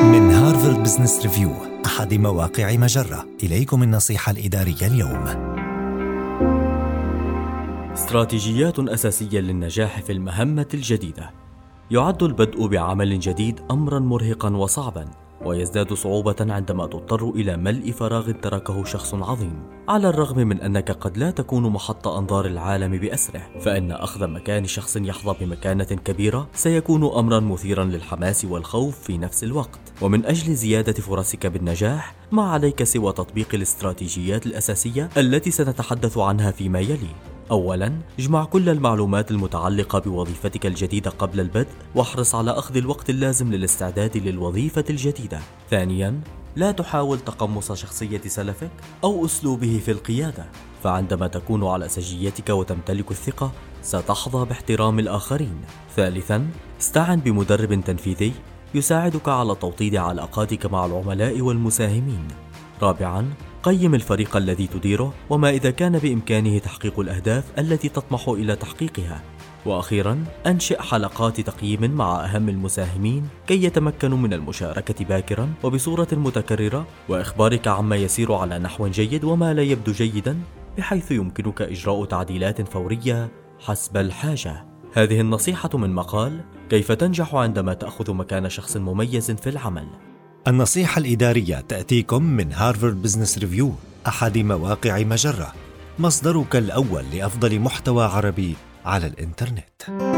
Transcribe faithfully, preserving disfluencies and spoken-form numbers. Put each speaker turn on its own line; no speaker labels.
من هارفارد بزنس ريفيو، أحد مواقع مجرة، إليكم النصيحة الإدارية اليوم.
استراتيجيات أساسية للنجاح في المهمة الجديدة. يعد البدء بعمل جديد أمرا مرهقا وصعبا، ويزداد صعوبة عندما تضطر إلى ملء فراغ تركه شخص عظيم. على الرغم من أنك قد لا تكون محط أنظار العالم بأسره، فإن أخذ مكان شخص يحظى بمكانة كبيرة سيكون أمرا مثيرا للحماس والخوف في نفس الوقت. ومن أجل زيادة فرصك بالنجاح، ما عليك سوى تطبيق الاستراتيجيات الأساسية التي سنتحدث عنها فيما يلي. أولاً، اجمع كل المعلومات المتعلقة بوظيفتك الجديدة قبل البدء، واحرص على أخذ الوقت اللازم للاستعداد للوظيفة الجديدة. ثانياً، لا تحاول تقمص شخصية سلفك أو أسلوبه في القيادة، فعندما تكون على سجيتك وتمتلك الثقة ستحظى باحترام الآخرين. ثالثاً، استعن بمدرب تنفيذي يساعدك على توطيد علاقاتك مع العملاء والمساهمين. رابعاً، قيم الفريق الذي تديره وما إذا كان بإمكانه تحقيق الأهداف التي تطمح إلى تحقيقها. وأخيراً، أنشئ حلقات تقييم مع أهم المساهمين كي يتمكنوا من المشاركة باكراً وبصورة متكررة، وإخبارك عما يسير على نحو جيد وما لا يبدو جيداً، بحيث يمكنك إجراء تعديلات فورية حسب الحاجة. هذه النصيحة من مقال كيف تنجح عندما تأخذ مكان شخص مميز في العمل.
النصيحة الإدارية تأتيكم من هارفارد بزنس ريفيو، أحد مواقع مجرة، مصدرك الأول لأفضل محتوى عربي على الإنترنت.